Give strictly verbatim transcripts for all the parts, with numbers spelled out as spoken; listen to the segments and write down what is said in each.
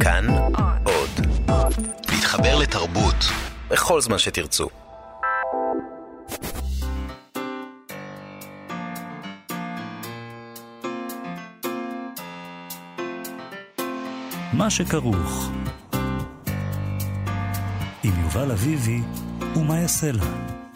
כאן עוד. להתחבר לתרבות בכל זמן שתרצו. מה שכרוך עם יובל אביבי ומה יעשה לה.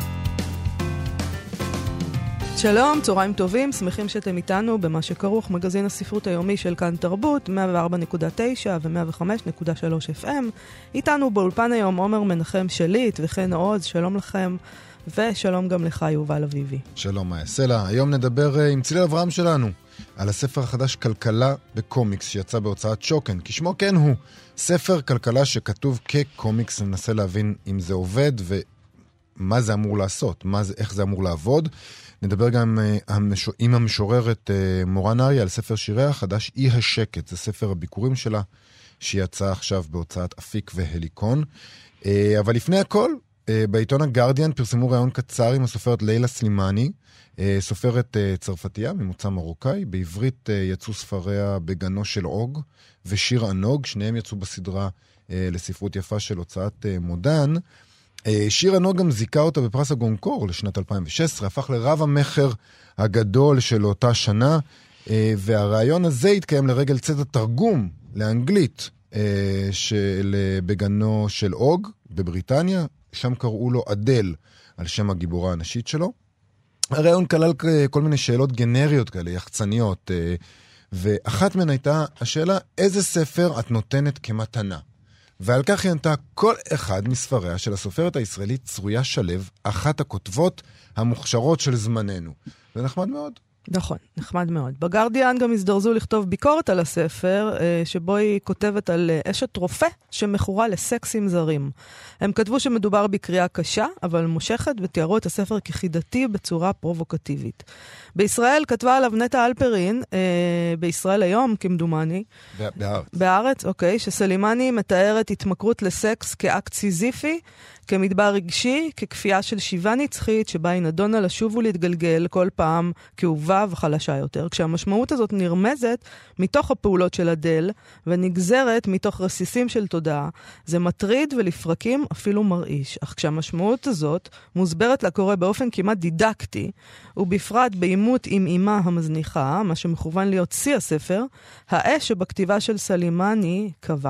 שלום, צהריים טובים, שמחים שאתם איתנו במה שכרוך, מגזין הספרות היומי של כאן תרבות, מאה וארבע נקודה תשע ו-מאה וחמש נקודה שלוש אף אם. איתנו באולפן היום עומר מנחם שליט וכן עוז, שלום לכם, ושלום גם לך יובל אביבי. שלום, מה יעשה לה. היום נדבר עם צליל אברהם שלנו, על הספר החדש כלכלה בקומיקס שיצא בהוצאת שוקן, כשמו כן הוא, ספר כלכלה שכתוב כקומיקס, ננסה להבין אם זה עובד ומה זה אמור לעשות, מה זה, איך זה אמור לעבוד. נדבר גם עם המשוררת מורן אריה על ספר שיריה החדש אי השקט, זה ספר הביקורים שלה שיצא עכשיו בהוצאת אפיק והליקון. אבל לפני הכל, בעיתון הגרדיאן פרסמו ראיון קצר עם הסופרת לילה סלימני, סופרת צרפתייה ממוצא מרוקאי, בעברית יצאו ספריה בגנו של אוג ושיר ענוג, שניהם יצאו בסדרה לספרות יפה של הוצאת מודן. שיר ענוג גם זיקה אותה בפרס הגונקור לשנת אלפיים ושש עשרה, הפך לרב המחר הגדול של אותה שנה, והרעיון הזה התקיים לרגל צאת התרגום לאנגלית של בגנו של אוג בבריטניה, שם קראו לו אדל על שם הגיבורה הנשית שלו. הרעיון כלל כל מיני שאלות גנריות כאלה, יחצניות, ואחת מהן הייתה השאלה, איזה ספר את נותנת כמתנה? ועל כך היא ענתה כל אחד מספריה של הסופרת הישראלית צרויה שלו, אחת הכותבות המוכשרות של זמננו. זה נחמד מאוד. נכון, נחמד מאוד. בגרדיאן גם הזדרזו לכתוב ביקורת על הספר, שבו היא כותבת על אשת רופא שמכורה לסקסים זרים. הם כתבו שמדובר בקריאה קשה, אבל מושכת, ותיארו את הספר כחידתי בצורה פרובוקטיבית. בישראל כתבה עליו נטע אלפרין, בישראל היום, כמדומני. בארץ. בארץ, אוקיי, שסלימני מתארת התמכרות לסקס כאקט סיזיפי, כמדבר רגשי, ככפייה של שיבה נצחית, שבה היא נדונה לשוב ולהתגלגל כל פעם כאובה וחלשה יותר, כשהמשמעות הזאת נרמזת מתוך הפעולות של אדל, ונגזרת מתוך רסיסים של תודעה. זה מטריד ולפרקים אפילו מרעיש, אך כשהמשמעות הזאת מוסברת לקורא באופן כמעט דידקטי, ובפרט באימות עם אימה המזניחה, מה שמכוון להיות שיא הספר, האש שבכתיבה של סלימני קבע.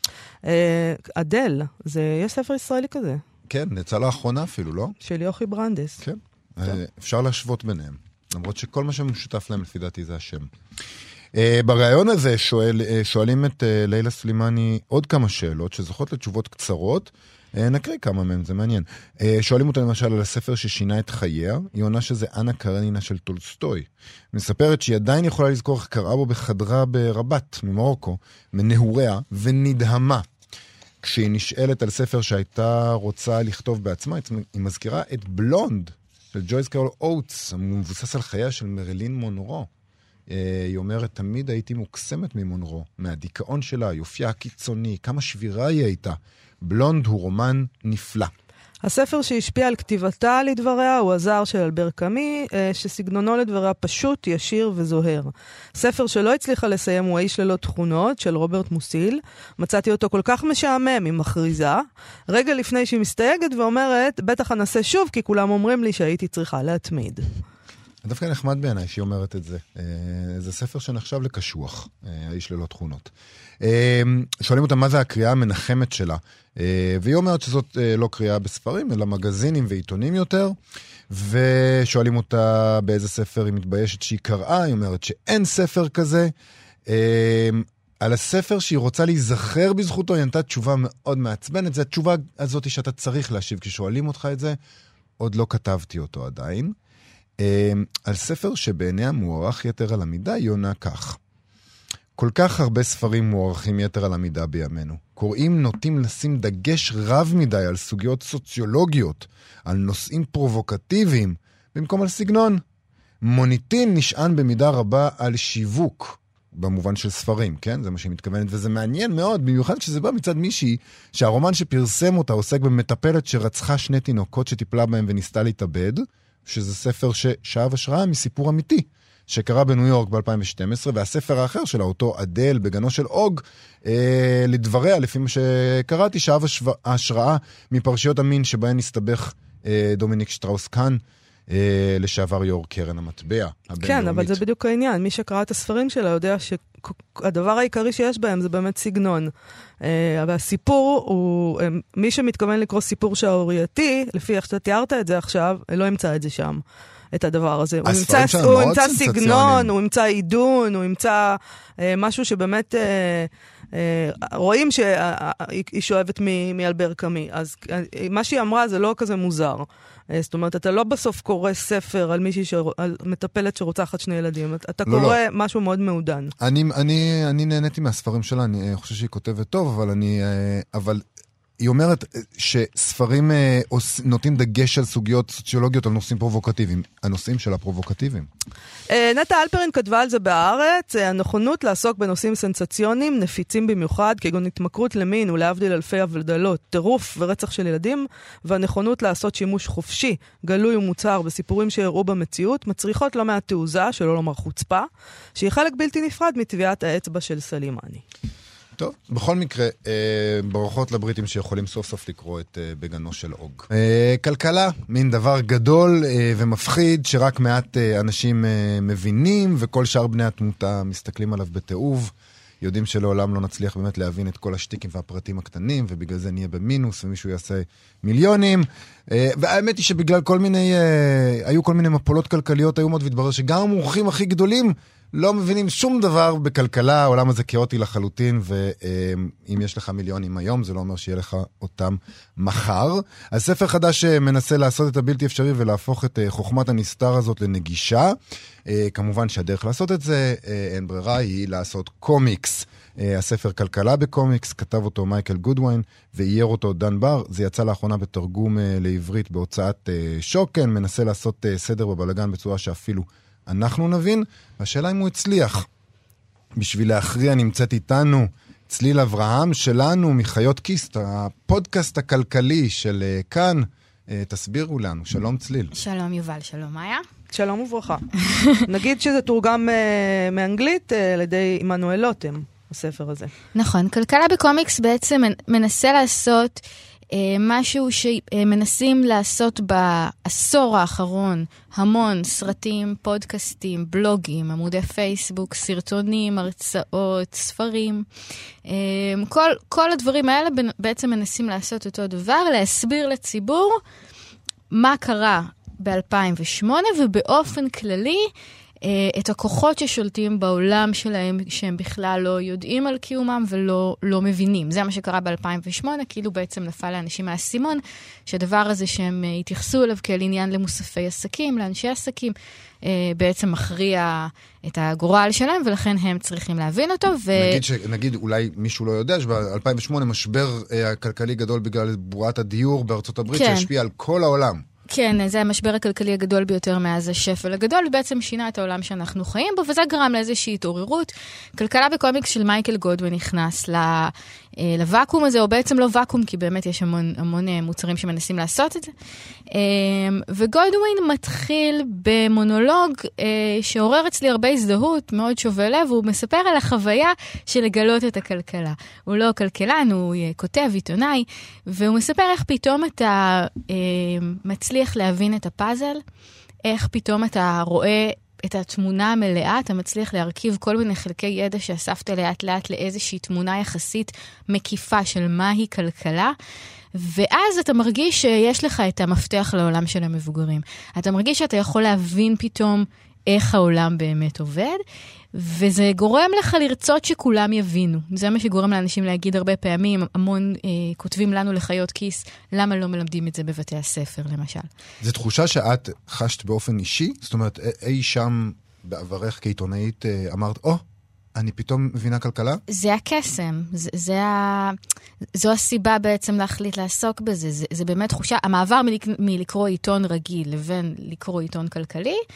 אדל, זה, יש ספר ישראלי כזה. כן, נצא לאחרונה אפילו, לא? של יוכי ברנדס. כן, אפשר להשוות ביניהם, למרות שכל מה שמשותף להם לפי דעתי זה השם. בריאיון הזה שואלים את לילה סלימני עוד כמה שאלות שזוכות לתשובות קצרות, נקריא כמה מהם, זה מעניין. שואלים אותה למשל על הספר ששינה את חייה, היא עונה שזה אנה קרנינה של טולסטוי. מספרת שהיא עדיין יכולה לזכור איך קראה בו בחדרה ברבת ממרוקו, מנהוריה, ונדהמה. כשהיא נשאלת על ספר שהייתה רוצה לכתוב בעצמה, היא מזכירה את בלונד של ג'ויס קרול אוטס, המבוסס על חייה של מרילין מונרו. היא אומרת, תמיד הייתי מוקסמת ממונרו, מהדיכאון שלה, יופייה הקיצוני, כמה שבירה היא הייתה. בלונד הוא רומן נפלא. הספר שהשפיע על כתיבתה לדבריה הוא הזר של אלבר קאמי, שסגנונו לדבריה פשוט, ישיר וזוהר. ספר שלא הצליחה לסיים הוא האיש ללא תכונות של רוברט מוסיל. מצאתי אותו כל כך משעמם, היא מכריזה. רגע לפני שהיא מסתייגת ואומרת, בטח אנסה שוב, כי כולם אומרים לי שהייתי צריכה להתמיד. דווקא נחמד בעיניי שהיא אומרת את זה. זה ספר שנחשב לקשוח, האיש ללא תכונות. שואלים אותה מה זה הקריאה המנחמת שלה, והיא אומרת שזאת לא קריאה בספרים, אלא מגזינים ועיתונים יותר, ושואלים אותה באיזה ספר היא מתביישת שהיא קראה, היא אומרת שאין ספר כזה. על הספר שהיא רוצה להיזכר בזכותו, היא נתנה תשובה מאוד מעצבנת, זו התשובה הזאת שאתה צריך להשיב כששואלים אותך את זה, עוד לא כתבתי אותו עדיין. על ספר שבעיניה מוערך יתר על המידה, היא עונה כך. כל כך הרבה ספרים מוערכים יתר על המידה בימינו. קוראים נוטים לשים דגש רב מדי על סוגיות סוציולוגיות, על נושאים פרובוקטיביים, במקום על סגנון. מוניטין נשען במידה רבה על שיווק, במובן של ספרים, כן? זה מה שהיא מתכוונת, וזה מעניין מאוד, במיוחד כשזה בא מצד מישהי, שהרומן שפרסם אותה עוסק במטפלת שרצחה שני תינוקות שטיפלה בהם וניסתה להתאבד, שזה ספר ששאב השראה מסיפור אמיתי, שקרה בניו יורק ב-אלפיים ושתים עשרה, והספר האחר שלה, אותו אדל בגנו של אוג, אה, לדבריה, לפי מה שקראתי, שאב ההשראה מפרשיות המין שבהן הסתבך אה, דומיניק שטראוס קאן, אה, לשעבר יו"ר קרן המטבע הבינלאומית. כן, אבל זה בדיוק העניין. מי שקרא את הספרים שלה יודע שהדבר העיקרי שיש בהם זה באמת סגנון. והסיפור הוא, מי שמתכוון לקרוא סיפור שערורייתי, לפי איך שאתה תיארת את זה עכשיו, לא ימצא את זה שם, את הדבר הזה. הוא ימצא, הוא ימצא סגנון, הוא ימצא עידון, הוא ימצא אה, משהו שבאמת אה, אה, רואים שהיא שואבת מאלבר קאמי. אז אה, מה שהיא אמרה זה לא כזה מוזר. אה, זאת אומרת, אתה לא בסוף קורא ספר על מישהי, שרוצ... על מטפלת שרוצחת שני ילדים. אתה לא, קורא לא. משהו מאוד מעודן. אני, אני, אני נהניתי מהספרים שלה, אני חושב שהיא כותבת טוב, אבל אני... אבל... היא אומרת שספרים אה, נותנים דגש על סוגיות סוציולוגיות על נושאים פרובוקטיביים. הנושאים של הפרובוקטיביים. אה, נטע אלפרין כתבה על זה בארץ, אה, הנכונות לעסוק בנושאים סנסציוניים, נפיצים במיוחד, כגון התמכרות למין ולהבדיל אלפי הבדלות, טירוף ורצח של ילדים, והנכונות לעשות שימוש חופשי, גלוי ומוצהר בסיפורים שהראו במציאות, מצריכות לא מעט תעוזה, שלא לומר חוצפה, שהיא חלק בלתי נפרד מטביעת האצבע של סלימני. טוב, בכל מקרה, אה, ברכות לבריטים שיכולים סוף סוף לקרוא את אה, בגנו של אוג. אה, כלכלה, מין דבר גדול אה, ומפחיד, שרק מעט אה, אנשים אה, מבינים, וכל שאר בני התמותה מסתכלים עליו בתיעוב, יודעים שלעולם לא נצליח באמת להבין את כל השטיקים והפרטים הקטנים, ובגלל זה נהיה במינוס, ומישהו יעשה מיליונים. אה, והאמת היא שבגלל כל מיני, אה, היו כל מיני מפולות כלכליות, היו מאוד והתברר שגם המומחים הכי גדולים, לא מבינים שום דבר בכלכלה, העולם הזה כאוטי לחלוטין, ואם יש לך מיליונים היום, זה לא אומר שיהיה לך אותם מחר. אז ספר חדש מנסה לעשות את הבלתי אפשרי, ולהפוך את חוכמת הנסתר הזאת לנגישה. כמובן שהדרך לעשות את זה, אין ברירה, היא לעשות קומיקס. הספר כלכלה בקומיקס, כתב אותו מייקל גודווין, ואייר אותו דן בר. זה יצא לאחרונה בתרגום לעברית בהוצאת שוקן, מנסה לעשות סדר בבלגן בצורה שאפילו אנחנו נבין, והשאלה אם הוא הצליח. בשביל להכריע נמצאת איתנו צליל אברהם שלנו מחיות כיס, הפודקאסט הכלכלי של כאן. תסבירו לנו. שלום צליל. שלום יובל, שלום מאיה. שלום וברכה. נגיד שזה תורגם uh, מאנגלית uh, על ידי עמנואל לוטם, הספר הזה. נכון, כלכלה בקומיקס בעצם מנסה לעשות משהו שמנסים לעשות בעשור האחרון, המון סרטים, פודקאסטים, בלוגים, עמודי פייסבוק, סרטונים, הרצאות, ספרים. כל, כל הדברים האלה בעצם מנסים לעשות אותו דבר, להסביר לציבור מה קרה ב-אלפיים ושמונה, ובאופן כללי את הכוחות ששולטים בעולם שלהם, שהם בכלל לא יודעים על קיומם ולא לא מבינים. זה מה שקרה ב-אלפיים ושמונה, כאילו בעצם נפל לאנשים מהסימון, שהדבר הזה שהם התייחסו אליו כאל עניין למוספי עסקים, לאנשי עסקים, בעצם מכריע את הגורל שלהם, ולכן הם צריכים להבין אותו. ו... נגיד, ש... נגיד אולי מישהו לא יודע, שב-אלפיים ושמונה משבר הכלכלי גדול בגלל בועת הדיור בארצות הברית, כן. שהשפיע על כל העולם. כן, זה המשבר הכלכלי הגדול ביותר מאז השפל הגדול, ובעצם שינה את העולם שאנחנו חיים בו, וזה גרם לאיזושהי התעוררות. כלכלה בקומיקס של מייקל גודווין נכנס לוואקום הזה, או בעצם לא וואקום, כי באמת יש המון, המון מוצרים שמנסים לעשות את זה. וגודווין מתחיל במונולוג שעורר אצלי הרבה הזדהות, מאוד שובה לב, והוא מספר על החוויה של לגלות את הכלכלה. הוא לא כלכלן, הוא כותב, עיתונאי, והוא מספר איך פתאום אתה מצליח להבין את הפאזל, איך פתאום אתה רואה את התמונה המלאה, אתה מצליח להרכיב כל מיני חלקי ידע שאספת לאט לאט לאיזושהי תמונה יחסית מקיפה של מהי כלכלה, ואז אתה מרגיש שיש לך את המפתח לעולם של המבוגרים. אתה מרגיש שאתה יכול להבין פתאום איך העולם באמת עובד, וזה גורם לך לרצות שכולם יבינו. זה מה שגורם לאנשים להגיד הרבה פעמים, המון אה, כותבים לנו לחיות כיס, למה לא מלמדים את זה בבתי הספר, למשל. זו תחושה שאת חשת באופן אישי? זאת אומרת, אי שם בעברך כעיתונאית אמרת, או, אני פתאום מבינה כלכלה? זה הקסם. זה, זה ה... זו הסיבה בעצם להחליט לעסוק בזה. זה, זה באמת תחושה, המעבר מלק... מלקרוא עיתון רגיל לבין לקרוא עיתון כלכלי,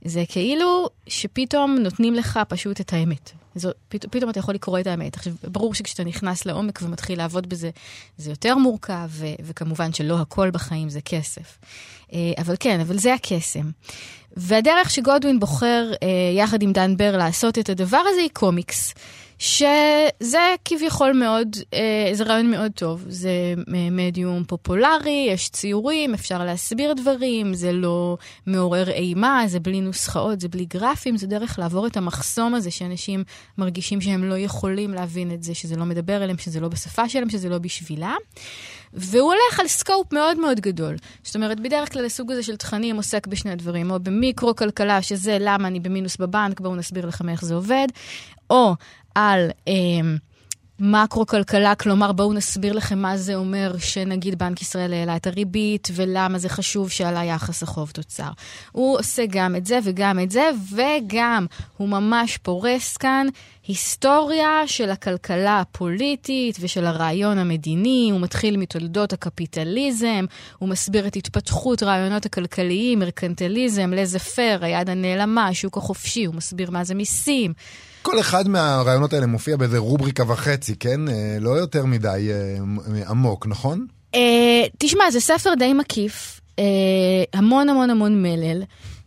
זה כאילו שפתאום נותנים לך פשוט את האמת. זו, פת, פתאום אתה יכול לקרוא את האמת. עכשיו, ברור שכשאתה נכנס לעומק ומתחיל לעבוד בזה, זה יותר מורכב, ו, וכמובן שלא הכל בחיים זה כסף. אבל כן, אבל זה הקסם. והדרך שגודווין בוחר, יחד עם דן בר, לעשות את הדבר הזה היא קומיקס. שזה כביכול מאוד, זה רעיון מאוד טוב. זה מדיום פופולרי, יש ציורים, אפשר להסביר דברים, זה לא מעורר אימה, זה בלי נוסחאות, זה בלי גרפים, זה דרך לעבור את המחסום הזה שאנשים מרגישים שהם לא יכולים להבין את זה, שזה לא מדבר אליהם, שזה לא בשפה שלהם, שזה לא בשבילה. והוא הולך על סקופ מאוד מאוד גדול. זאת אומרת, בדרך כלל הסוג הזה של תכנים עוסק בשני דברים, או במיקרו-כלכלה, שזה למה אני במינוס בבנק, בואו נסביר לכם איך זה עובד, או על אה, מקרו-כלכלה, כלומר, בואו נסביר לכם מה זה אומר שנגיד בנק ישראל העלה את הריבית, ולמה זה חשוב שעלה יחס החוב תוצר. הוא עושה גם את זה וגם את זה, וגם הוא ממש פורס כאן היסטוריה של הכלכלה הפוליטית ושל הרעיון המדיני. הוא מתחיל מתולדות הקפיטליזם, הוא מסביר את התפתחות רעיונות הכלכליים, מרקנטליזם, לזפר, היד הנעלמה, השוק החופשי, הוא מסביר מה זה מיסים. כל אחד מהרעיונות האלה מופיע באיזה רובריקה וחצי, כן? לא יותר מדי עמוק, נכון? תשמע, זה ספר די מקיף, המון המון המון מלל,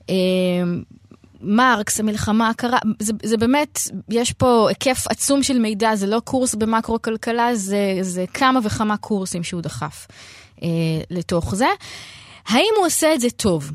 מרקס, המלחמה הקרה, זה, זה באמת, יש פה היקף עצום של מידע, זה לא קורס במקרו-כלכלה, זה, זה כמה וכמה קורסים שהוא דחף לתוך זה. האם הוא עושה את זה טוב?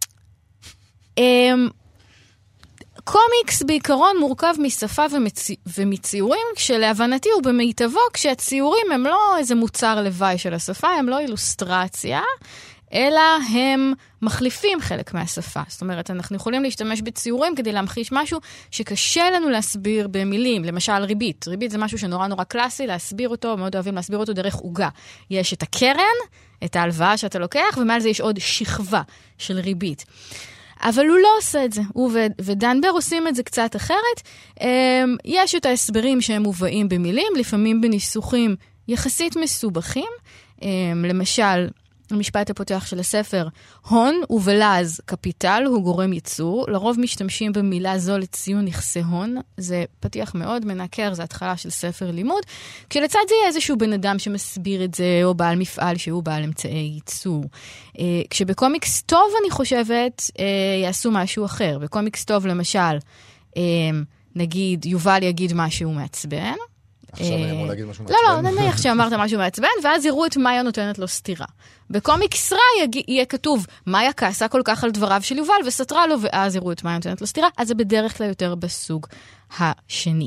קומיקס בעיקרון מורכב משפה ומצי... ומציורים, כשלהבנתי הוא במיטבו, כשהציורים הם לא איזה מוצר לוואי של השפה, הם לא אילוסטרציה, אלא הם מחליפים חלק מהשפה. זאת אומרת, אנחנו יכולים להשתמש בציורים כדי להמחיש משהו שקשה לנו להסביר במילים. למשל, ריבית. ריבית זה משהו שנורא נורא קלאסי, להסביר אותו, מאוד אוהבים להסביר אותו דרך עוגה. יש את הקרן, את ההלוואה שאתה לוקח, ומעל זה יש עוד שכבה של ריבית. אבל הוא לא עושה את זה. הוא ו- ודן בר עושים את זה קצת אחרת. יש את ההסברים שהם מובאים במילים, לפעמים בניסוחים יחסית מסובכים. למשל, המשפט הפותח של הספר, הון ובלעז קפיטל הוא גורם ייצור. לרוב משתמשים במילה זו לציון נכסי הון. זה פתיח מאוד מנקר, זה התחלה של ספר לימוד. כשלצד זה יהיה איזשהו בן אדם שמסביר את זה, או בעל מפעל שהוא בעל אמצעי ייצור. כשבקומיקס טוב, אני חושבת, יעשו משהו אחר. בקומיקס טוב, למשל, נגיד, יובל יגיד משהו מעצבן, עכשיו אני אמור להגיד משהו מעצבן. לא, לא, נניח שאמרת משהו מעצבן, ואז יראו את מאיה נותנת לו סתירה. בקומיקס רע יהיה כתוב, מאיה כעסה כל כך על דבריו של יובל, וסתרה לו, ואז יראו את מאיה נותנת לו סתירה, אז זה בדרך כלל יותר בסוג השני.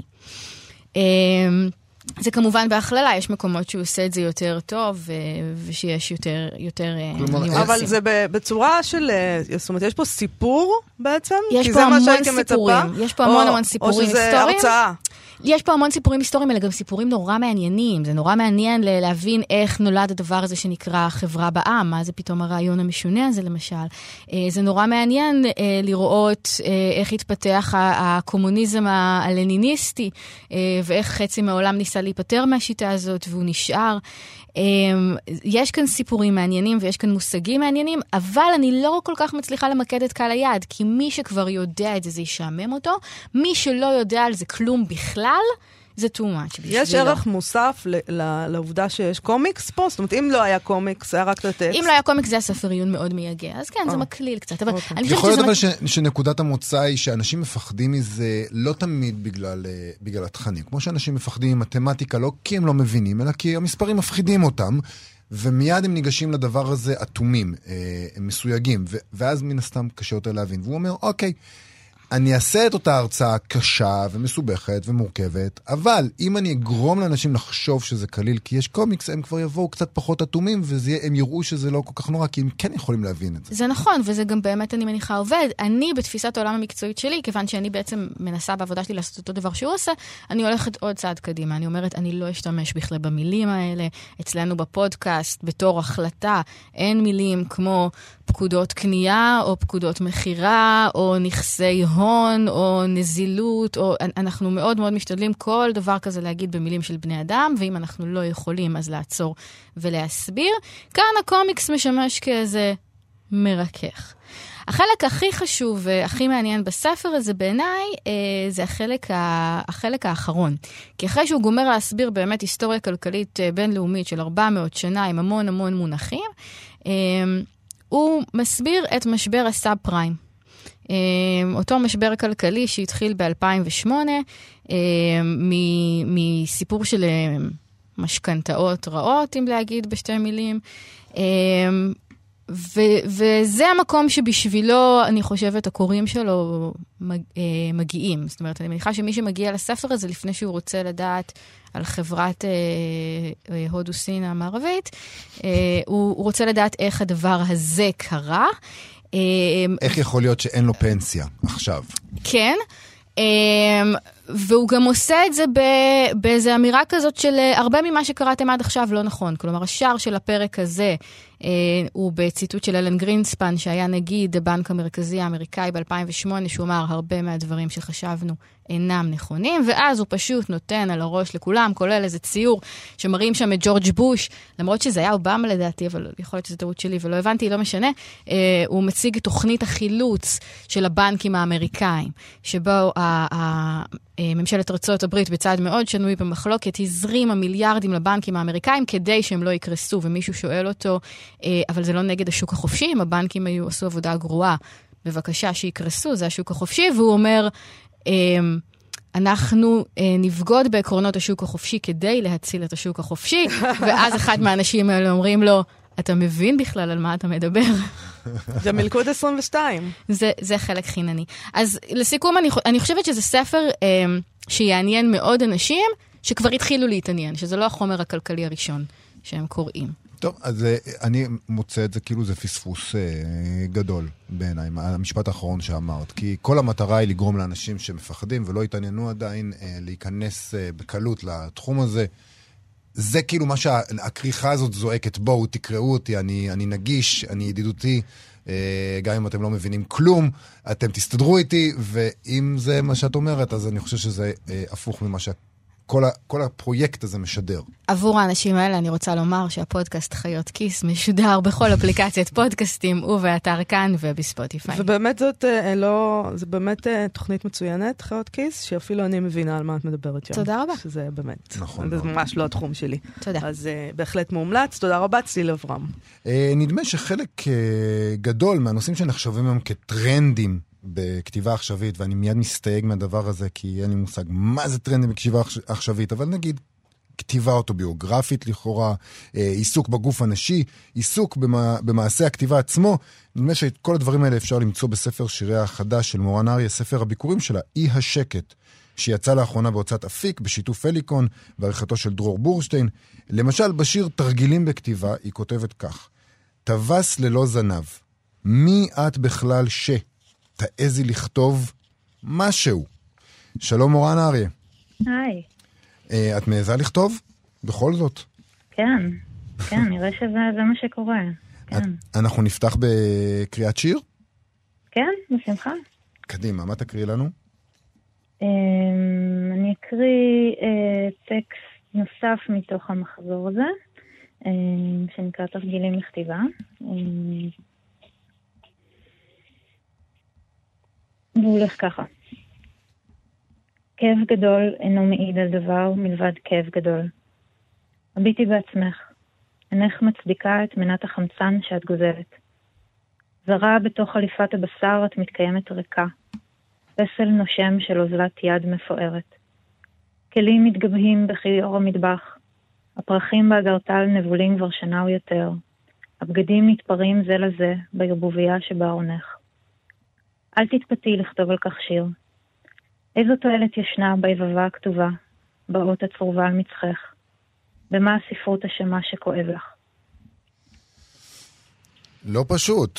זה כמובן בהכללה, יש מקומות שהוא עושה את זה יותר טוב, ושיש יותר, יותר ניואנסים. אבל זה בצורה של, זאת אומרת, יש פה סיפור בעצם? יש פה המון סיפורים, יש פה המון המון סיפורים היסטוריים. או שזה הרצאה? יש פה המון סיפורים היסטוריים, אלא גם סיפורים נורא מעניינים. זה נורא מעניין להבין איך נולד הדבר הזה שנקרא חברה בעם, מה זה פתאום הרעיון המשונה הזה למשל. זה נורא מעניין לראות איך התפתח הקומוניזם הלניניסטי, ואיך חצי מהעולם ניסה להיפטר מהשיטה הזאת, והוא נשאר. יש כאן סיפורים מעניינים ויש כאן מושגים מעניינים, אבל אני לא כל כך מצליחה למקד את קהל היעד, כי מי שכבר יודע את זה, זה ישעמם אותו. מי שלא יודע על זה כלום בכלל, זה too much. יש ערך מוסף לעובדה שיש קומיקס פה? זאת אומרת, אם לא היה קומיקס, היה רק את הטקסט. אם לא היה קומיקס, זה היה ספר עיון מאוד מייגע. אז כן, זה מקליל קצת. יכול להיות אבל שנקודת המוצא היא שאנשים מפחדים מזה לא תמיד בגלל התכנים. כמו שאנשים מפחדים ממתמטיקה, לא כי הם לא מבינים, אלא כי המספרים מפחידים אותם, ומיד הם ניגשים לדבר הזה אטומים, הם מסויגים, ואז מן הסתם קשה יותר להבין. והוא אומר, אוקיי, אני אעשה את אותה הרצאה קשה ומסובכת ומורכבת, אבל אם אני אגרום לאנשים לחשוב שזה קליל, כי יש קומיקס, הם כבר יבואו קצת פחות אטומים, והם יראו שזה לא כל כך נורא, כי הם כן יכולים להבין את זה. זה נכון, וזה גם באמת, אני מניחה, עובד. אני, בתפיסת העולם המקצועית שלי, כיוון שאני בעצם מנסה בעבודה שלי לעשות אותו דבר שהוא עושה, אני הולכת עוד צעד קדימה. אני אומרת, אני לא אשתמש בכלל במילים האלה. אצלנו בפודקאסט, בתור החלטה, אין מילים כמו פקודות קנייה, או פקודות מחירה, או נכסי הון, או נזילות, או אנחנו מאוד מאוד משתדלים כל דבר כזה להגיד במילים של בני אדם, ואם אנחנו לא יכולים, אז לעצור ולהסביר. כאן הקומיקס משמש כאיזה מרכך. החלק הכי חשוב והכי מעניין בספר הזה בעיניי, זה החלק, החלק האחרון. כי אחרי שהוא גומר להסביר באמת היסטוריה כלכלית בינלאומית של ארבע מאות שנה עם המון המון מונחים, הוא מסביר את משבר הסאב פריים. אותו משבר כלכלי שהתחיל ב-אלפיים ושמונה, מסיפור של משכנתאות רעות, אם להגיד בשתי מילים, ו- וזה המקום שבשבילו, אני חושבת, הקוראים שלו מג- מגיעים. זאת אומרת, אני מניחה שמי שמגיע לספר הזה, לפני שהוא רוצה לדעת על חברת אה, אה, הודו סין המערבית, אה, הוא, הוא רוצה לדעת איך הדבר הזה קרה. אה, איך יכול להיות שאין לו פנסיה עכשיו? כן. והוא גם עושה את זה באיזו אמירה כזאת של הרבה ממה שקראתם עד עכשיו לא נכון. כלומר, השאר של הפרק הזה הוא בציטוט של אלן גרינספן, שהיה נגיד הבנק המרכזי האמריקאי ב-אלפיים ושמונה, שהוא אמר הרבה מהדברים שחשבנו אינם נכונים, ואז הוא פשוט נותן על הראש לכולם, כולל איזה ציור שמראים שם את ג'ורג' בוש, למרות שזה היה אובמה לדעתי, אבל יכול להיות שזה טעות שלי ולא הבנתי, לא משנה, הוא מציג את תוכנית החילוץ של הבנקים האמריקאים, שבו ממשלת ארצות הברית בצד מאוד שנוי במחלוקת, הזרימה מיליארדים לבנקים האמריקאים כדי שהם לא יקרסו, ומישהו שואל אותו, אבל זה לא נגד השוק החופשי, אם הבנקים היו עשו עבודה גרועה, בבקשה שיקרסו, זה השוק החופשי, והוא אומר, אנחנו נבגוד בעקרונות השוק החופשי כדי להציל את השוק החופשי, ואז אחד מהאנשים האלה אומרים לו, אתה מבין בכלל על מה אתה מדבר? זה מלכוד עשרים ושתיים. זה, זה חלק חינני. אז לסיכום, אני, אני חושבת שזה ספר אה, שיעניין מאוד אנשים שכבר התחילו להתעניין, שזה לא החומר הכלכלי הראשון שהם קוראים. טוב, אז אני מוצא את זה כאילו זה פספוס אה, גדול בעיניי, המשפט האחרון שאמרת, כי כל המטרה היא לגרום לאנשים שמפחדים ולא התעניינו עדיין אה, להיכנס אה, בקלות לתחום הזה. זה כאילו מה שהכריכה הזאת זועקת, בואו תקראו אותי, אני, אני נגיש, אני ידידותי, אה, גם אם אתם לא מבינים כלום, אתם תסתדרו איתי, ואם זה מה שאת אומרת, אז אני חושב שזה אה, הפוך ממה שאת כל, ה, כל הפרויקט הזה משדר. עבור האנשים האלה אני רוצה לומר שהפודקאסט חיות כיס משודר בכל אפליקציית פודקאסטים ובאתר כאן ובספוטיפיי. ובאמת זאת לא, זה באמת תוכנית מצוינת, חיות כיס, שאפילו אני מבינה על מה את מדברת שם. תודה רבה. שזה באמת, נכון, זה נכון. ממש לא התחום שלי. תודה. אז uh, בהחלט מומלץ, תודה רבה, צליל אברהם. Uh, נדמה שחלק uh, גדול מהנושאים שנחשבים היום כטרנדים, בכתיבה עכשווית, ואני מיד מסתייג מהדבר הזה, כי אין לי מושג מה זה טרנדים בכתיבה עכשווית, אבל נגיד, כתיבה אוטוביוגרפית לכאורה, עיסוק בגוף הנשי, עיסוק במה, במעשה הכתיבה עצמו, נדמה שאת כל הדברים האלה אפשר למצוא בספר שיריה החדש של מורן אריה, ספר הביקורים שלה, אי השקט, שיצא לאחרונה בהוצאת אפיק, בשיתוף אליקון, בעריכתו של דרור בורשטיין. למשל, בשיר תרגילים בכתיבה, היא כותבת כך, טווס ללא זנב, מי את בכלל ש... תעזי לכתוב משהו. שלום מורן אריה. היי. Uh, את מעיזה לכתוב? בכל זאת. כן, כן, נראה שזה זה מה שקורה. כן. את, אנחנו נפתח בקריאת שיר? כן, בשמחה. קדימה, מה תקריא לנו? Um, אני אקריא uh, טקסט נוסף מתוך המחזור הזה, um, שנקרא תרגילים לכתיבה. Um, והוא הולך ככה. כאב גדול אינו מעיד על דבר מלבד כאב גדול. הביטי בעצמך. אינך מצדיקה את מנת החמצן שאת גוזלת. זרה בתוך חליפת הבשר את מתקיימת ריקה. פסל נושם של אוזלת יד מפוארת. כלים מתגבהים בכיור המטבח. הפרחים באגרטל נבולים כבר שנה או יותר. הבגדים מתפרים זה לזה בערבוביה שבארונך. אל תתפתי לכתוב על כך שיר. איזו תועלת ישנה ביבבה הכתובה, באות הצרובה על מצחך, במה הספרות השמה שכואב לך. לא פשוט.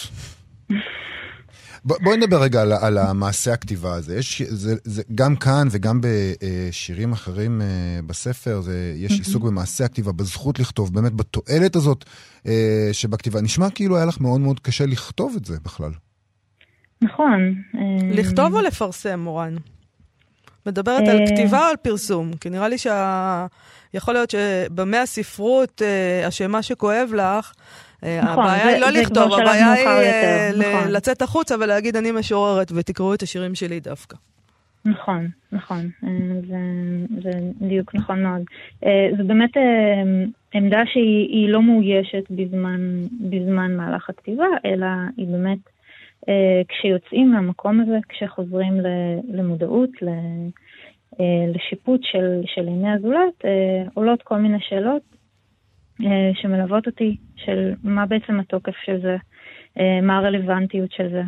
בואי נדבר רגע על, על המעשה הכתיבה הזה. יש, זה, זה, גם כאן וגם בשירים אחרים בספר, זה, יש עיסוק במעשה הכתיבה, בזכות לכתוב, באמת בתועלת הזאת שבכתיבה. נשמע כאילו היה לך מאוד מאוד קשה לכתוב את זה בכלל. נכון. לכתוב או לפרסם, מורן? מדברת על כתיבה או על פרסום? כי נראה לי שיכול להיות שבמה הספרות, השמה שכואב לך, הבעיה היא לא לכתוב, הבעיה היא לצאת החוצה ולהגיד אני משוררת ותקראו את השירים שלי דווקא. נכון, נכון. זה דיוק נכון מאוד. זו באמת עמדה שהיא לא מאוישת בזמן מהלך הכתיבה, אלא היא באמת כשיוצאים מהמקום הזה, כשחוזרים למודעות, לשיפוט של עיני הזולת, עולות כל מיני שאלות שמלוות אותי, של מה בעצם התוקף של זה, מה הרלוונטיות של זה,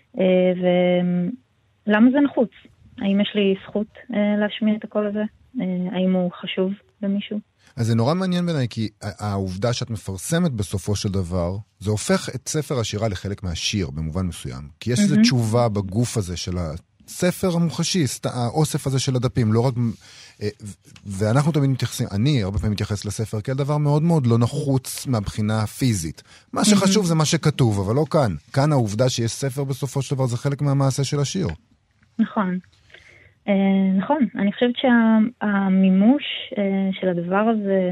ולמה זה נחוץ? האם יש לי זכות להשמיע את הקול הזה? האם הוא חשוב למישהו? אז זה נורא מעניין בעיניי, כי העובדה שאת מפרסמת בסופו של דבר, זה הופך את ספר השירה לחלק מהשיר, במובן מסוים. כי יש איזו תשובה בגוף הזה של הספר המוחשי, האוסף הזה של הדפים, לא רק... ואנחנו תמיד מתייחסים, אני הרבה פעמים מתייחס לספר כאל דבר מאוד מאוד לא נחוץ מהבחינה הפיזית. מה שחשוב זה מה שכתוב, אבל לא כאן. כאן העובדה שיש ספר בסופו של דבר, זה חלק מהמעשה של השיר. נכון. נכון, אני חושבת שהמימוש של הדבר הזה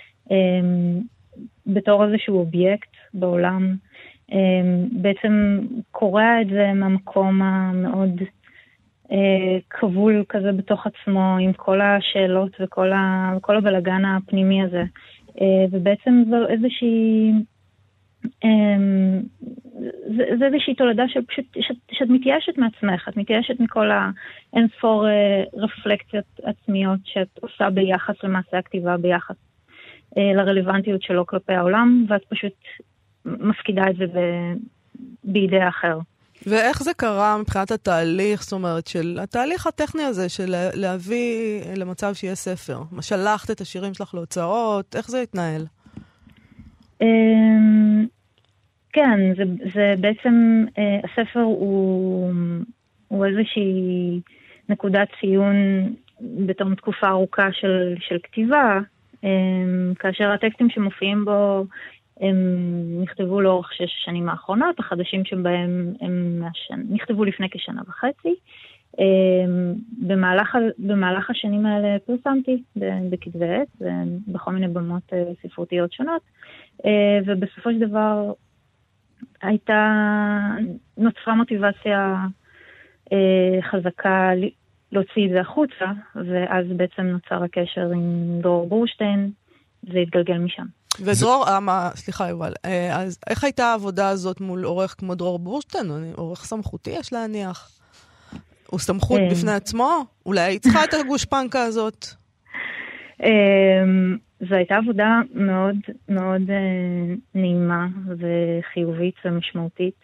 בתור איזשהו אובייקט בעולם בעצם קורא את זה מהמקום המאוד כבול כזה בתוך עצמו עם כל השאלות וכל, ה, וכל הבלגן הפנימי הזה. ובעצם זו איזושהי זה, זה איזושהי תולדה שפשוט, שאת, שאת מתייאשת מעצמך, את מתייאשת מכל האינספור רפלקציות עצמיות שאת עושה ביחס למעשה הכתיבה, ביחס לרלוונטיות שלו כלפי העולם, ואת פשוט מפקידה את זה ב, בידי האחר. ואיך זה קרה מבחינת התהליך, זאת אומרת, של התהליך הטכני הזה, של להביא למצב שיהיה ספר? מה שלחת את השירים שלך להוצאות? איך זה התנהל? כן, זה, זה בעצם, הספר הוא, הוא איזושהי נקודת ציון בתום תקופה ארוכה של, של כתיבה, כאשר הטקסטים שמופיעים בו הם נכתבו לאורך שש השנים האחרונות, החדשים שבהם הם נכתבו לפני כשנה וחצי. במהלך, במהלך השנים האלה פרסמתי בכתבי עת, בכל מיני במות ספרותיות שונות, ובסופו של דבר הייתה, נוצרה מוטיבציה חזקה להוציא את זה החוצה, ואז בעצם נוצר הקשר עם דרור בורשטיין, זה התגלגל משם. ודרור, סליחה יובל, אז איך הייתה העבודה הזאת מול עורך כמו דרור בורשטיין? עורך סמכותי יש להניח. הוא סמכות בפני עצמו? אולי היא צריכה את הגושפנקה הזאת? זו הייתה עבודה מאוד מאוד נעימה וחיובית ומשמעותית.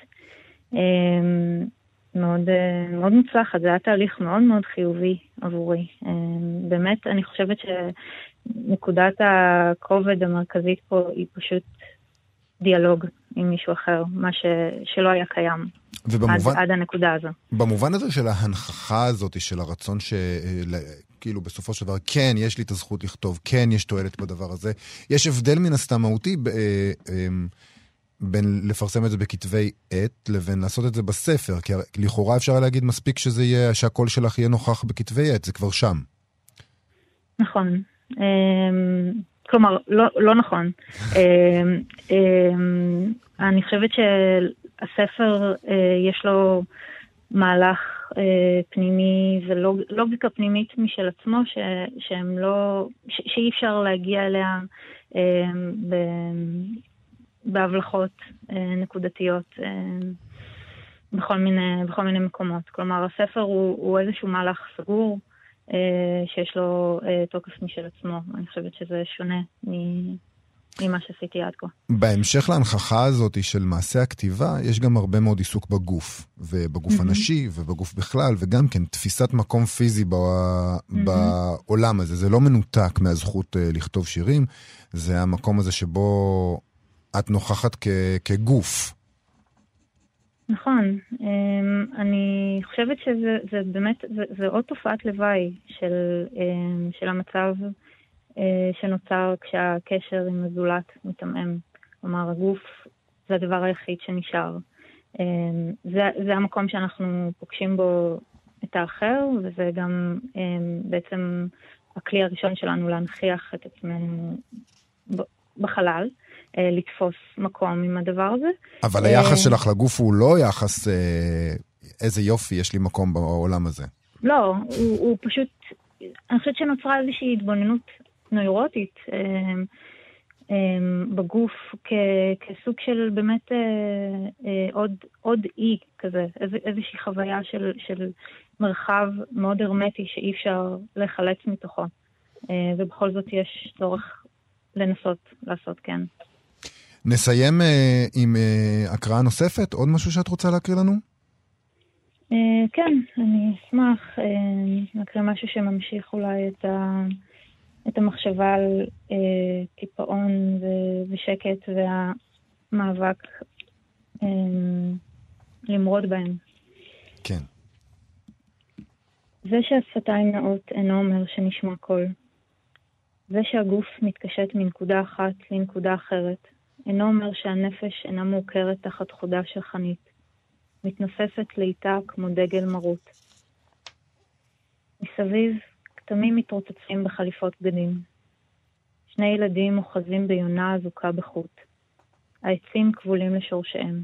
מאוד, מאוד מוצלחת. זה היה תהליך מאוד מאוד חיובי עבורי. באמת, אני חושבת שנקודת הכובד המרכזית פה היא פשוט דיאלוג עם מישהו אחר, מה ש, שלא היה קיים ובמובן, עד, עד הנקודה הזו. במובן הזה של ההנכחה הזאת, של הרצון ש... כאילו בסופו של דבר, כן, יש לי את הזכות לכתוב, כן, יש תועלת בדבר הזה. יש הבדל מן הסתם מהותי ב, בין לפרסם את זה בכתבי עת, לבין לעשות את זה בספר, כי לכאורה אפשר להגיד מספיק שזה יהיה, שהקול שלך יהיה נוכח בכתבי עת, זה כבר שם. נכון. כלומר, לא, לא נכון. אני חושבת שהספר יש לו מהלך פנימי ולוגיקה פנימית משל עצמו, שהם לא, שאי אפשר להגיע אליה בהבלחות נקודתיות בכל מיני, בכל מיני מקומות. כלומר, הספר הוא, הוא איזשהו מהלך סגור, שיש לו תוקף משל עצמו. אני חושבת שזה שונה ממה שעשיתי עד כה. בהמשך להנכחה הזאת של מעשה הכתיבה, יש גם הרבה מאוד עיסוק בגוף, ובגוף הנשי, ובגוף בכלל, וגם כן תפיסת מקום פיזי בעולם הזה. זה לא מנותק מהזכות לכתוב שירים, זה המקום הזה שבו את נוכחת כגוף. נכון. אני חושבת שזה זה באמת, זה, זה עוד תופעת לוואי של, של המצב שנוצר כשהקשר עם הזולת מתאמם. כלומר, הגוף זה הדבר היחיד שנשאר. זה, זה המקום שאנחנו פוגשים בו את האחר, וזה גם בעצם הכלי הראשון שלנו להנכיח את עצמנו בחלל. לתפוס מקום עם הדבר הזה. אבל היחס שלך לגוף הוא לא יחס, איזה יופי יש לי מקום בעולם הזה. לא, הוא, הוא פשוט, אני חושבת שנוצרה איזושהי התבוננות נוירוטית בגוף כסוג של באמת עוד, עוד אי כזה, איזושהי חוויה של, של מרחב מאוד הרמטי שאי אפשר לחלץ מתוכו. ובכל זאת יש צורך לנסות לעשות כן. נסיים עם הקראה נוספת, עוד משהו שאת רוצה להקריא לנו? כן, אני אשמח להקריא משהו שממשיך אולי את ה... את המחשבה על אה, קיפאון ו- ושקט והמאבק אה, למרוד בהם. כן. זה שהשפתיים נאות אינו אומר שנשמע קול. זה שהגוף מתקשט מנקודה אחת לנקודה אחרת, אינו אומר שהנפש אינה מוכרת תחת חודה של חנית, מתנופפת לאיתה כמו דגל מרות. מסביב, כתמים מתרוצצים בחליפות בגדים. שני ילדים אוחזים ביונה אזוקה בחוט. העצים כבולים לשורשיהם.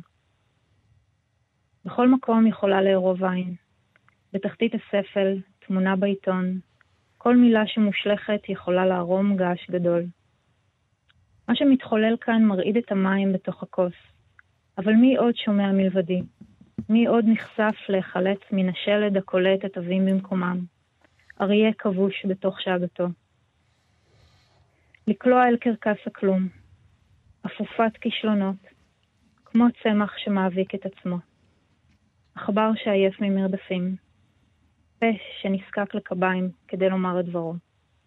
בכל מקום יכולה לערוב עין. בתחתית הספל, תמונה בעיתון. כל מילה שמושלכת יכולה לערום געש גדול. מה שמתחולל כאן מרעיד את המים בתוך הכוס. אבל מי עוד שומע מלבדי? מי עוד נחשף להיחלץ מן השלד הקולט את אבים במקומם? אריה כבוש בתוך שאגתו. לקלוע אל קרקס הכלום. אפופת כישלונות. כמו צמח שמאביק את עצמו. עכבר שעייף ממרדפים. פה שנזקק לקביים כדי לומר את דברו.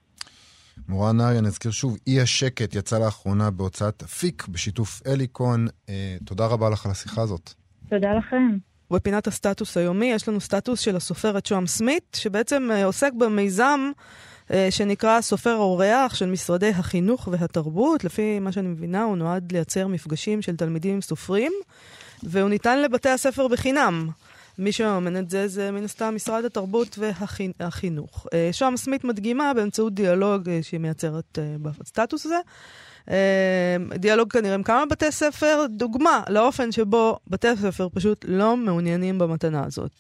מורן נהרי, אני אזכיר שוב, אי השקט יצא לאחרונה בהוצאת אפיק בשיתוף אליקון. אה, תודה רבה לך על השיחה הזאת. תודה לכם. בפינת הסטטוס היומי יש לנו סטטוס של הסופרת שועם סמית, שבעצם עוסק במיזם שנקרא סופר אורח של משרדי החינוך והתרבות. לפי מה שאני מבינה, הוא נועד לייצר מפגשים של תלמידים עם סופרים, והוא ניתן לבתי הספר בחינם. מי שמאמן את זה זה מן הסתם משרד התרבות והחינוך. שועם סמית מדגימה באמצעות דיאלוג שהיא מייצרת בסטטוס הזה, דיאלוג כנראה עם כמה בתי ספר, דוגמה לאופן שבו בתי הספר פשוט לא מעוניינים במתנה הזאת.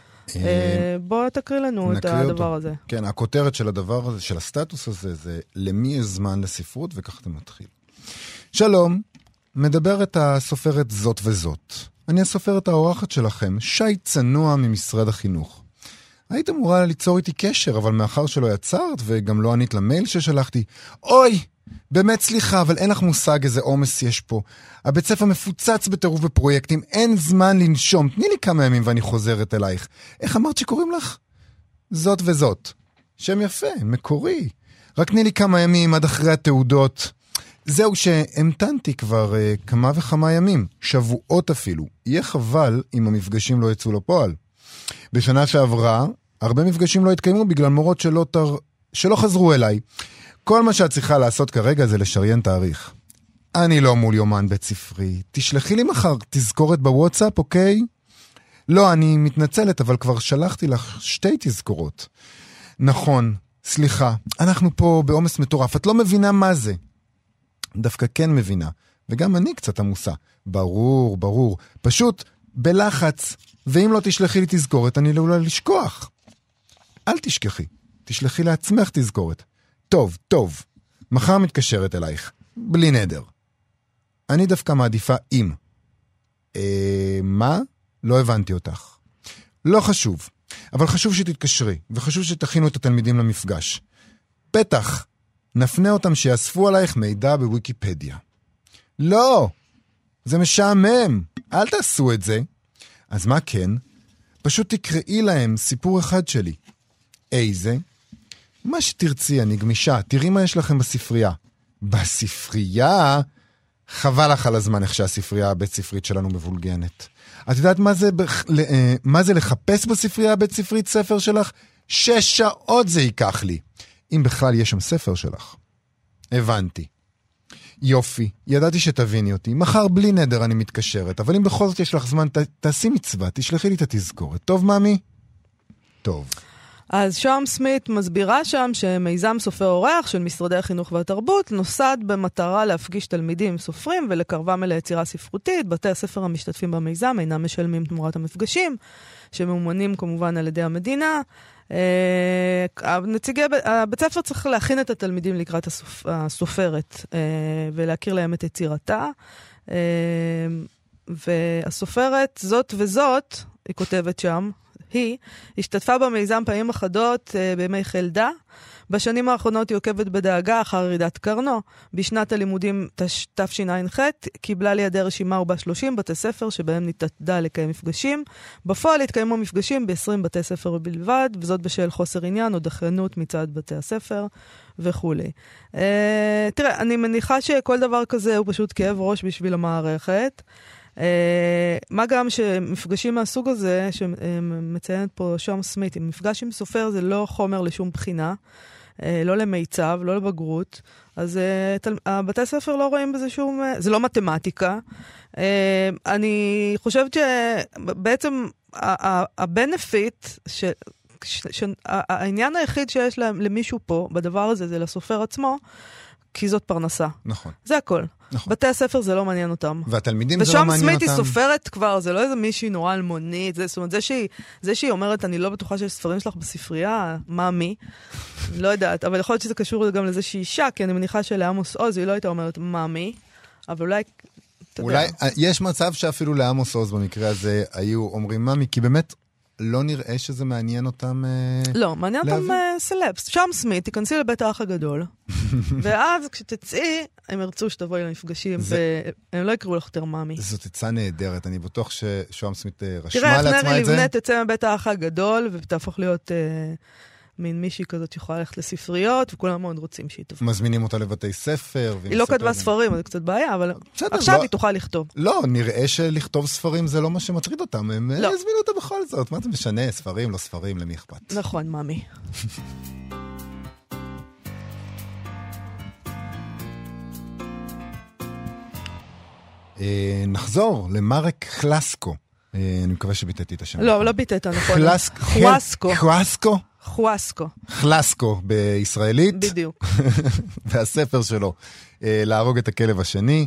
בוא תקריא לנו את הדבר הזה. כן, הכותרת של הדבר הזה, של הסטטוס הזה, זה למי יש זמן לספרות, וכך זה מתחיל. שלום, מדברת הסופרת זאת וזאת. אני הסופרת האורחת שלכם, שי צנוע ממשרד החינוך. היית אמורה ליצור איתי קשר, אבל מאחר שלא יצרת וגם לא ענית למייל ששלחתי, אוי! באמת סליחה, אבל אין לך מושג איזה עומס יש פה. הבית ספר מפוצץ בטירוף בפרויקטים, אין זמן לנשום. תני לי כמה ימים ואני חוזרת אלייך. איך אמרת שקוראים לך? זאת וזאת. שם יפה, מקורי. רק תני לי כמה ימים עד אחרי התעודות. זהו שהמתנתי כבר uh, כמה וכמה ימים, שבועות אפילו. יהיה חבל אם המפגשים לא יצאו לפועל. בשנה שעברה, הרבה מפגשים לא התקיימו בגלל מורות שלא, תר... שלא חזרו אליי. כל מה שאת צריכה לעשות כרגע זה לשריין תאריך. אני לא מול יומן בית ספרי. תשלחי לי מחר תזכורת בוואטסאפ, אוקיי? לא, אני מתנצלת, אבל כבר שלחתי לך שתי תזכורות. נכון, סליחה, אנחנו פה בעומס מטורף. את לא מבינה מה זה. דווקא כן מבינה, וגם אני קצת עמוסה. ברור, ברור. פשוט בלחץ, ואם לא תשלחי לי תזכורת, אני לא אולי לשכוח. אל תשכחי, תשלחי לעצמך תזכורת. טוב, טוב. מחר מתקשרת אלייך. בלי נדר. אני דווקא מעדיפה אם. אה, מה? לא הבנתי אותך. לא חשוב. אבל חשוב שתתקשרי, וחשוב שתכינו את התלמידים למפגש. בטח. נפנה אותם שיאספו עלייך מידע בוויקיפדיה. לא! זה משעמם. אל תעשו את זה. אז מה כן? פשוט תקראי להם סיפור אחד שלי. איזה? מה שתרצי, אני גמישה. תראי מה יש לכם בספרייה. בספרייה? חבל לך על הזמן איך שהספרייה הבית ספרית שלנו מבולגנת. את יודעת מה זה, בח... מה זה לחפש בספרייה הבית ספרית ספר שלך? שש שעות זה ייקח לי. אם בכלל יש שם ספר שלך. הבנתי. יופי, ידעתי שתביני אותי. מחר בלי נדר אני מתקשרת, אבל אם בכל זאת יש לך זמן, ת... תעשי מצווה, תשלחי לי את התזכורת. טוב, מאמי? טוב. אז שום סמית מסבירה שם שמיזם סופר אורח של משרדי החינוך והתרבות נוסד במטרה להפגיש תלמידים סופרים ולקרבם אל היצירה ספרותית. בתי הספר המשתתפים במיזם אינם משלמים תמורת המפגשים, שממומנים כמובן על ידי המדינה. נציגי בית הספר צריך להכין את התלמידים לקראת הסופ... הסופרת ולהכיר להם את יצירתה. והסופרת זאת וזאת, היא כותבת שם, היא השתתפה במיזם פעמים אחדות uh, בימי חלדה. בשנים האחרונות היא עוקבת בדאגה אחר ירידת קרנו. בשנת הלימודים תשע"ח קיבלה לידי רשימה ובה שלושים בתי ספר שבהם נתעתדה לקיים מפגשים. בפועל התקיימו מפגשים ב-עשרים בתי ספר בלבד, וזאת בשל חוסר עניין או דחיינות מצד בתי הספר וכו'. Uh, תראה, אני מניחה שכל דבר כזה הוא פשוט כאב ראש בשביל המערכת. Uh, מה גם שמפגשים מהסוג הזה, שמציינת פה שום סמית, עם מפגש עם סופר זה לא חומר לשום בחינה, uh, לא למיצב, לא לבגרות, אז uh, תל... בתי הספר לא רואים בזה שום, uh, זה לא מתמטיקה. Uh, אני חושבת שבעצם הבנפיט, ש... ש... ש... העניין היחיד שיש להם, למישהו פה, בדבר הזה, זה לסופר עצמו, כי זאת פרנסה. נכון. זה הכל. נכון. בתי הספר זה לא מעניין אותם. והתלמידים זה לא מעניין אותם. ושם סמית היא סופרת כבר, זה לא איזה מישהי נורא אלמונית, זה, זאת אומרת, זה שהיא, זה שהיא אומרת, אני לא בטוחה שיש ספרים שלך בספרייה, מה מי? לא יודעת, אבל יכול להיות שזה קשור גם לזה שהיא אישה, כי אני מניחה שלעמוס עוז, היא לא הייתה אומרת מה מי, אבל אולי, אתה אולי, יודע. יש מצב שאפילו לעמוס עוז במקרה הזה היו אומרים מה מי, כי באמת לא נראה שזה מעניין אותם לא, מעניין אותם סלפס. שם סמית, תיכנסי לבית האח הגדול, ואז כשתצאי, הם ירצו שתבואי למפגשים, והם לא יקראו לך יותר מאמי. זאת עצה נהדרת, אני בטוח ששום סמית רשמה לעצמה את זה. תראה, איך נרי לבנה תצא מבית האח הגדול, ותהפוך להיות מין מישהי כזאת שיכולה ללכת לספריות, וכולם מאוד רוצים שהיא תבוא. מזמינים אותה לבתי ספר. היא לא כתבה ספרים, זה קצת בעיה, אבל עכשיו היא תוכל לכתוב. לא, נראה שלכתוב ספרים זה לא מה שמטריד אותם, הם הזמינו אותה בכל זאת. מה זה משנה? ספרים, לא ספרים, למי אכפת? נכון, מאמי. נחזור למרק חלסקו. אני מקווה שביטאתי את השם. לא, לא ביטאת, נכון. חלסקו. חלסקו? חואסקו. חלסקו בישראלית. בדיוק. והספר שלו, להרוג את הכלב השני,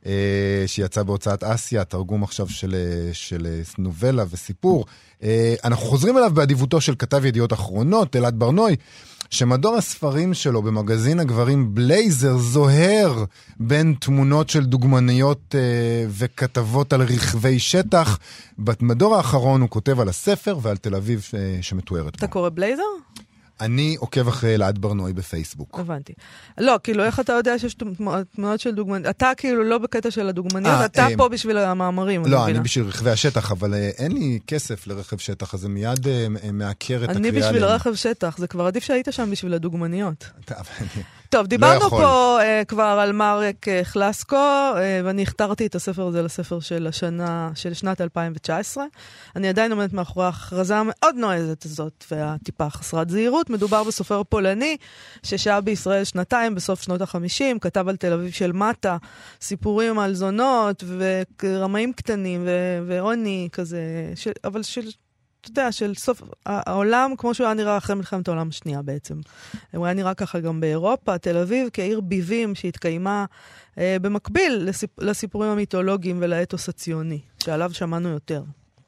שיצא בהוצאת אסיה, תרגום עכשיו של, של נובלה וסיפור. אנחנו חוזרים אליו באדיבותו של כתב ידיעות אחרונות, אלעד ברנוי, שמדור הספרים שלו במגזין הגברים בלייזר זוהר בין תמונות של דוגמניות אה, וכתבות על רכבי שטח. במדור האחרון הוא כותב על הספר ועל תל אביב אה, שמתוארת אתה בו. קורא בלייזר? אני עוקב אחרי אלעד ברנוי בפייסבוק. הבנתי. לא, כאילו, איך אתה יודע שיש תמונות של דוגמניות? אתה כאילו לא בקטע של הדוגמניות, אתה פה בשביל המאמרים. לא, אני בשביל רכבי השטח, אבל אין לי כסף לרכב שטח, אז זה מיד מעקר את הקריאה. אני בשביל רכב שטח, זה כבר עדיף שהיית שם בשביל הדוגמניות. טוב, דיברנו פה כבר על מרק חלסקו, ואני הכתרתי את הספר הזה לספר של השנה, של שנת אלפיים תשע עשרה. אני עדיין עומדת מאחורי ההכרזה המאוד נועזת הזאת, והטיפה חסרת זהירות. מדובר בסופר פולני ששהה בישראל שנתיים בסוף שנות החמישים, כתב על תל אביב של מטה, סיפורים על זונות ורמאים קטנים ו- ועוני כזה, ש- אבל של, אתה יודע, של סוף, העולם כמו שהוא היה נראה אחרי מלחמת העולם השנייה בעצם. הוא היה נראה ככה גם באירופה, תל אביב כעיר ביבים שהתקיימה אה, במקביל לסיפ, לסיפורים המיתולוגיים ולאתוס הציוני, שעליו שמענו יותר.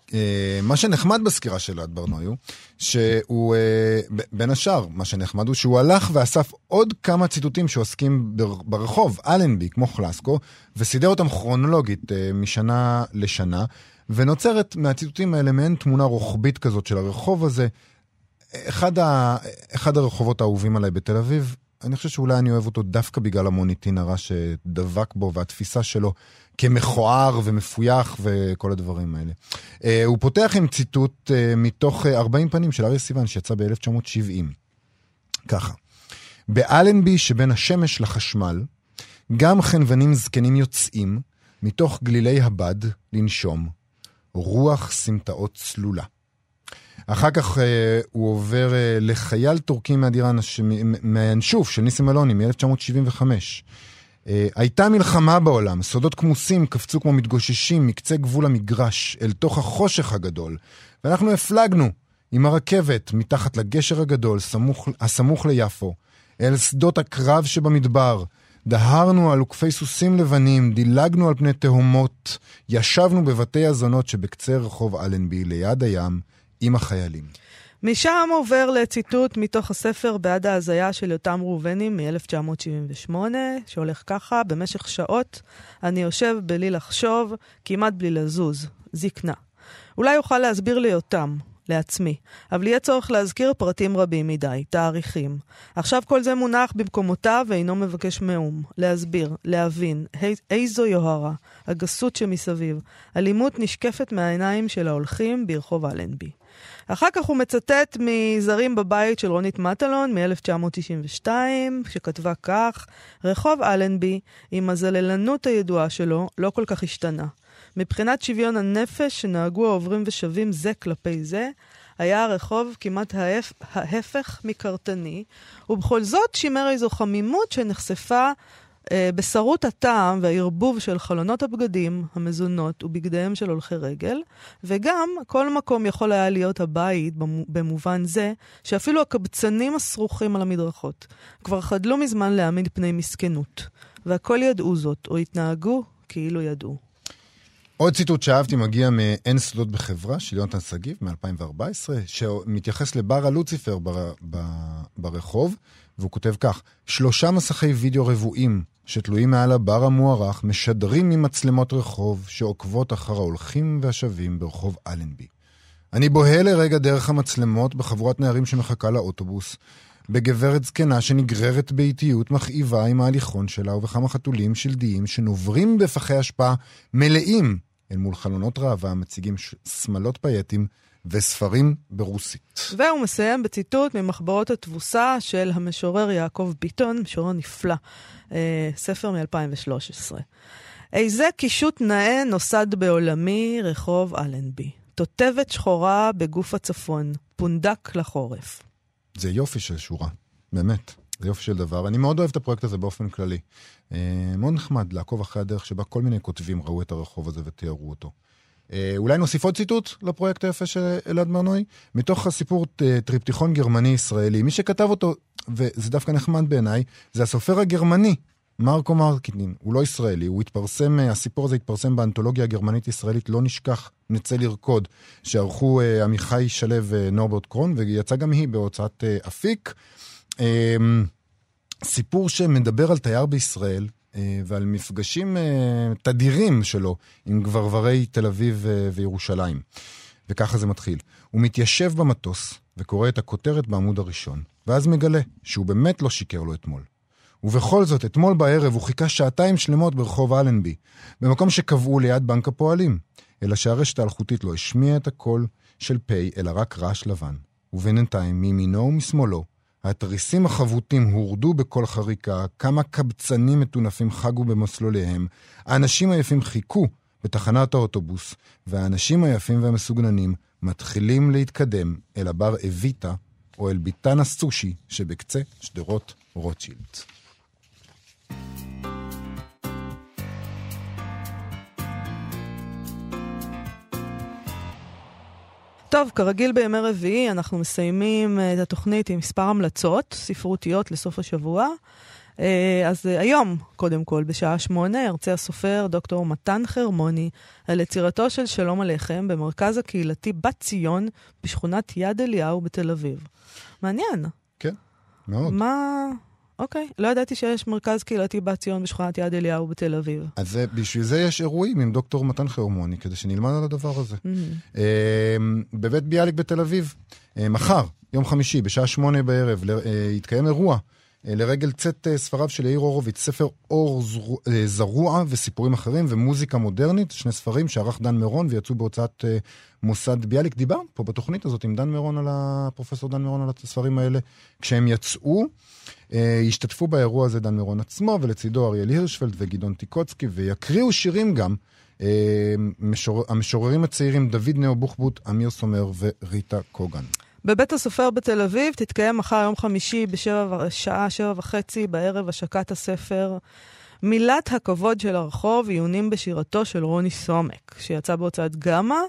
מה שנחמד בסקירה של אלעד ברנוי הוא שהוא, בין השאר, מה שנחמד הוא שהוא הלך ואסף עוד כמה ציטוטים שעוסקים ברחוב, אלנבי, כמו חלסקו, וסידר אותם כרונולוגית משנה לשנה, ונוצרת מהציטוטים האלה מעין תמונה רוחבית כזאת של הרחוב הזה. אחד, ה... אחד הרחובות האהובים עליי בתל אביב, אני חושב שאולי אני אוהב אותו דווקא בגלל המוניטין הרע שדבק בו, והתפיסה שלו כמכוער ומפויח וכל הדברים האלה. Uh, הוא פותח עם ציטוט uh, מתוך uh, ארבעים פנים של אריה סיוון שיצא ב-אלף תשע מאות שבעים. ככה. באלנבי שבין השמש לחשמל, גם חנוונים זקנים יוצאים מתוך גלילי הבד לנשום, רוח סמטאות צלולה. אחר כך uh, הוא עובר uh, לחייל טורקי מהדירה מהינשוף של ניסים אלוני מ-אלף תשע מאות שבעים וחמש. Uh, הייתה מלחמה בעולם, סודות כמוסים קפצו כמו מתגוששים מקצה גבול המגרש אל תוך החושך הגדול, ואנחנו הפלגנו עם הרכבת מתחת לגשר הגדול, סמוך, הסמוך ליפו, אל שדות הקרב שבמדבר, דהרנו על עוקפי סוסים לבנים, דילגנו על פני תהומות, ישבנו בבתי הזונות שבקצה רחוב אלנבי ליד הים עם החיילים. משם עובר לציטוט מתוך הספר בעד ההזיה של יותם ראובני מ-אלף תשע מאות שבעים ושמונה, שהולך ככה: במשך שעות אני יושב בלי לחשוב, כמעט בלי לזוז, זקנה. אולי יוכל להסביר לי אותם, לעצמי, אבל יהיה צורך להזכיר פרטים רבים מדי, תאריכים. עכשיו כל זה מונח במקומותיו ואינו מבקש מאום, להסביר, להבין, איזו יוהרה, הגסות שמסביב, אלימות נשקפת מהעיניים של ההולכים ברחוב אלנבי. אחר כך הוא מצטט מזרים בבית של רונית מטלון מ-אלף תשע מאות תשעים ושתיים, שכתבה כך: רחוב אלנבי, עם הזללנות הידועה שלו, לא כל כך השתנה. מבחינת שוויון הנפש שנהגו העוברים ושווים זה כלפי זה, היה הרחוב כמעט ההפ... ההפך מקרטני, ובכל זאת שימר איזו חמימות שנחשפה אה, בשרות הטעם והערבוב של חלונות הבגדים, המזונות ובגדיהם של הולכי רגל, וגם כל מקום יכול היה להיות הבית במובן זה, שאפילו הקבצנים הסרוכים על המדרכות כבר חדלו מזמן להעמיד פני מסכנות, והכל ידעו זאת, או התנהגו כאילו ידעו. עוד ציטוט שאהבתי מגיע מאין סודות בחברה של יונתן סגיב מ-אלפיים וארבע עשרה, שמתייחס לבר הלוציפר בר, ב, ברחוב, והוא כותב כך: שלושה מסכי וידאו רבועים שתלויים מעל הבר המוערך משדרים ממצלמות רחוב שעוקבות אחר ההולכים והשבים ברחוב אלנבי. אני בוהה לרגע דרך המצלמות בחבורת נערים שמחכה לאוטובוס, בגברת זקנה שנגררת באיטיות מכאיבה עם ההליכון שלה, ובכמה חתולים שלדיים שנוברים בפחי השפעה מלאים אל מול חלונות ראווה מציגים שמלות פייטים וספרים ברוסית. והוא מסיים בציטוט ממחברות התבוסה של המשורר יעקב ביטון, משורר נפלא, אה, ספר מ-אלפיים ושלוש עשרה. איזה קישוט נאה נוסד בעולמי רחוב אלנבי, תותבת שחורה בגוף הצפון, פונדק לחורף. זה יופי של שורה, באמת, זה יופי של דבר. אני מאוד אוהב את הפרויקט הזה באופן כללי. אה, מאוד נחמד לעקוב אחרי הדרך שבה כל מיני כותבים ראו את הרחוב הזה ותיארו אותו. אה, אולי נוסיף עוד ציטוט לפרויקט היפה של אלעד מרנוי, מתוך הסיפור טריפטיכון גרמני-ישראלי. מי שכתב אותו, וזה דווקא נחמד בעיניי, זה הסופר הגרמני, מרקו מרקטין. הוא לא ישראלי, הוא התפרסם, הסיפור הזה התפרסם באנתולוגיה הגרמנית-ישראלית לא נשכח, נצא לרקוד, שערכו אה, עמיחי שלו ונורברט קרון, ויצא גם היא בהוצאת אה, אפיק. אה, סיפור שמדבר על תייר בישראל, אה, ועל מפגשים אה, תדירים שלו עם גברברי תל אביב אה, וירושלים. וככה זה מתחיל. הוא מתיישב במטוס וקורא את הכותרת בעמוד הראשון, ואז מגלה שהוא באמת לא שיקר לו אתמול. ובכל זאת, אתמול בערב הוא חיכה שעתיים שלמות ברחוב אלנבי, במקום שקבעו ליד בנק הפועלים, אלא שהרשת האלחוטית לא השמיעה את הקול של פי, אלא רק רעש לבן. ובינתיים, מימינו ומשמאלו, התריסים החבוטים הורדו בכל חריקה, כמה קבצנים מטונפים חגו במסלוליהם, האנשים היפים חיכו בתחנת האוטובוס, והאנשים היפים והמסוגננים מתחילים להתקדם אל הבר אביטה, או אל ביתן הסושי שבקצה שדרות רוטשילד. טוב, כרגיל בימי רביעי אנחנו מסיימים את התוכנית עם מספר המלצות ספרותיות לסוף השבוע. אז היום, קודם כל, בשעה שמונה, הרצה הסופר דוקטור מתן חרמוני על יצירתו של שלום עליכם במרכז הקהילתי בת ציון בשכונת יד אליהו בתל אביב. מעניין. כן, מאוד. מה... אוקיי, לא ידעתי שיש מרכז קהילתי בת ציון בשכונת יד אליהו בתל אביב. אז בשביל זה יש אירועים עם דוקטור מתן חרמוני, כדי שנלמד על הדבר הזה. Mm-hmm. בבית ביאליק בתל אביב, מחר, יום חמישי, בשעה שמונה בערב, יתקיים אירוע לרגל צאת ספריו של יאיר הורוביץ, ספר אור זרוע וסיפורים אחרים ומוזיקה מודרנית, שני ספרים שערך דן מירון ויצאו בהוצאת מוסד ביאליק. דיבר פה בתוכנית הזאת עם דן מירון, על הפרופסור דן מירון, על הספרים האלה. כשהם יצאו, השתתפו באירוע הזה דן מירון עצמו, ולצידו אריאל הירשפלד וגדעון טיקוצקי, ויקריאו שירים גם המשורר, המשוררים הצעירים דוד נאו בוחבוט, אמיר סומר וריטה קוגן. בבית הסופר בתל אביב תתקיים מחר יום חמישי בשעה שבע וחצי בערב השקת הספר מילת הכבוד של הרחוב, עיונים בשירתו של רוני סומק, שיצא בהוצאת גמה,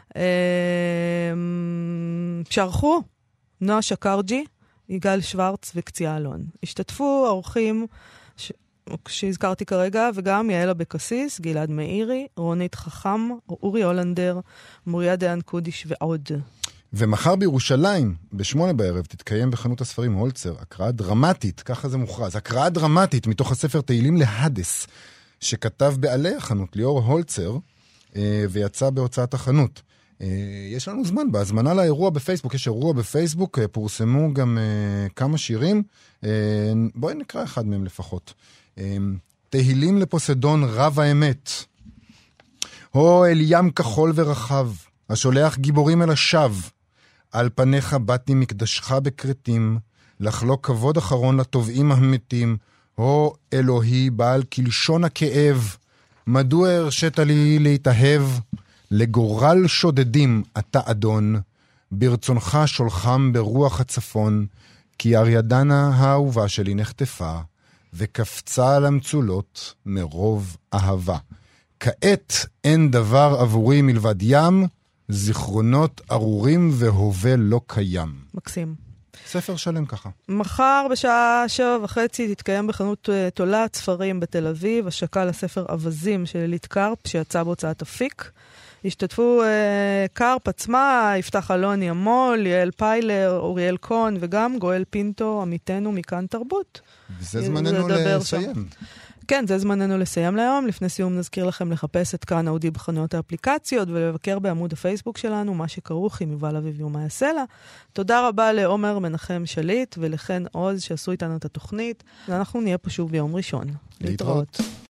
שערכו נועה שקרג'י, יגאל שוורץ וקציה אלון. השתתפו האורחים ש... שהזכרתי כרגע, וגם יעל אבקסיס, גלעד מאירי, רונית חכם, אורי הולנדר, מוריה דיין קודיש ועוד. ומחר בירושלים, בשמונה בערב, תתקיים בחנות הספרים הולצר, הקראה דרמטית, ככה זה מוכרז, הקראה דרמטית מתוך הספר תהילים להדס, שכתב בעלי החנות ליאור הולצר, ויצא בהוצאת החנות. יש לנו זמן, בהזמנה לאירוע בפייסבוק, יש אירוע בפייסבוק, פורסמו גם כמה שירים, בואי נקרא אחד מהם לפחות. תהילים לפוסדון רב האמת. הו אל ים כחול ורחב, השולח גיבורים אל השב, על פניך באתי מקדשך בקרטים, לחלוק כבוד אחרון לטובעים המתים, הו אלוהי בעל כלשון הכאב, מדוע הרשת לי להתאהב, לגורל שודדים אתה אדון, ברצונך שולחם ברוח הצפון, כי ארידנה האהובה שלי נחטפה, וקפצה על המצולות מרוב אהבה. כעת אין דבר עבורי מלבד ים, זיכרונות ארורים והווה לא קיים. מקסים. ספר שלם ככה. מחר בשעה שבע וחצי תתקיים בחנות תולעת ספרים בתל אביב, השקה לספר אבזים של אלית קרפ, שיצא בהוצאת אפיק. השתתפו אה, קרפ עצמה, יפתח אלוני המול, יעל פיילר, אוריאל קון, וגם גואל פינטו, עמיתנו מכאן תרבות. וזה זמננו לסיים. שם. כן, זה זמננו לסיים להיום. לפני סיום נזכיר לכם לחפש את כאן אודי בחנויות האפליקציות, ולבקר בעמוד הפייסבוק שלנו, מה שכרוך עם יובל אביבי ומה יעשה לה. תודה רבה לעומר מנחם שליט, ולכן עוז שעשו איתנו את התוכנית. ואנחנו נהיה פה שוב ביום ראשון. להתראות.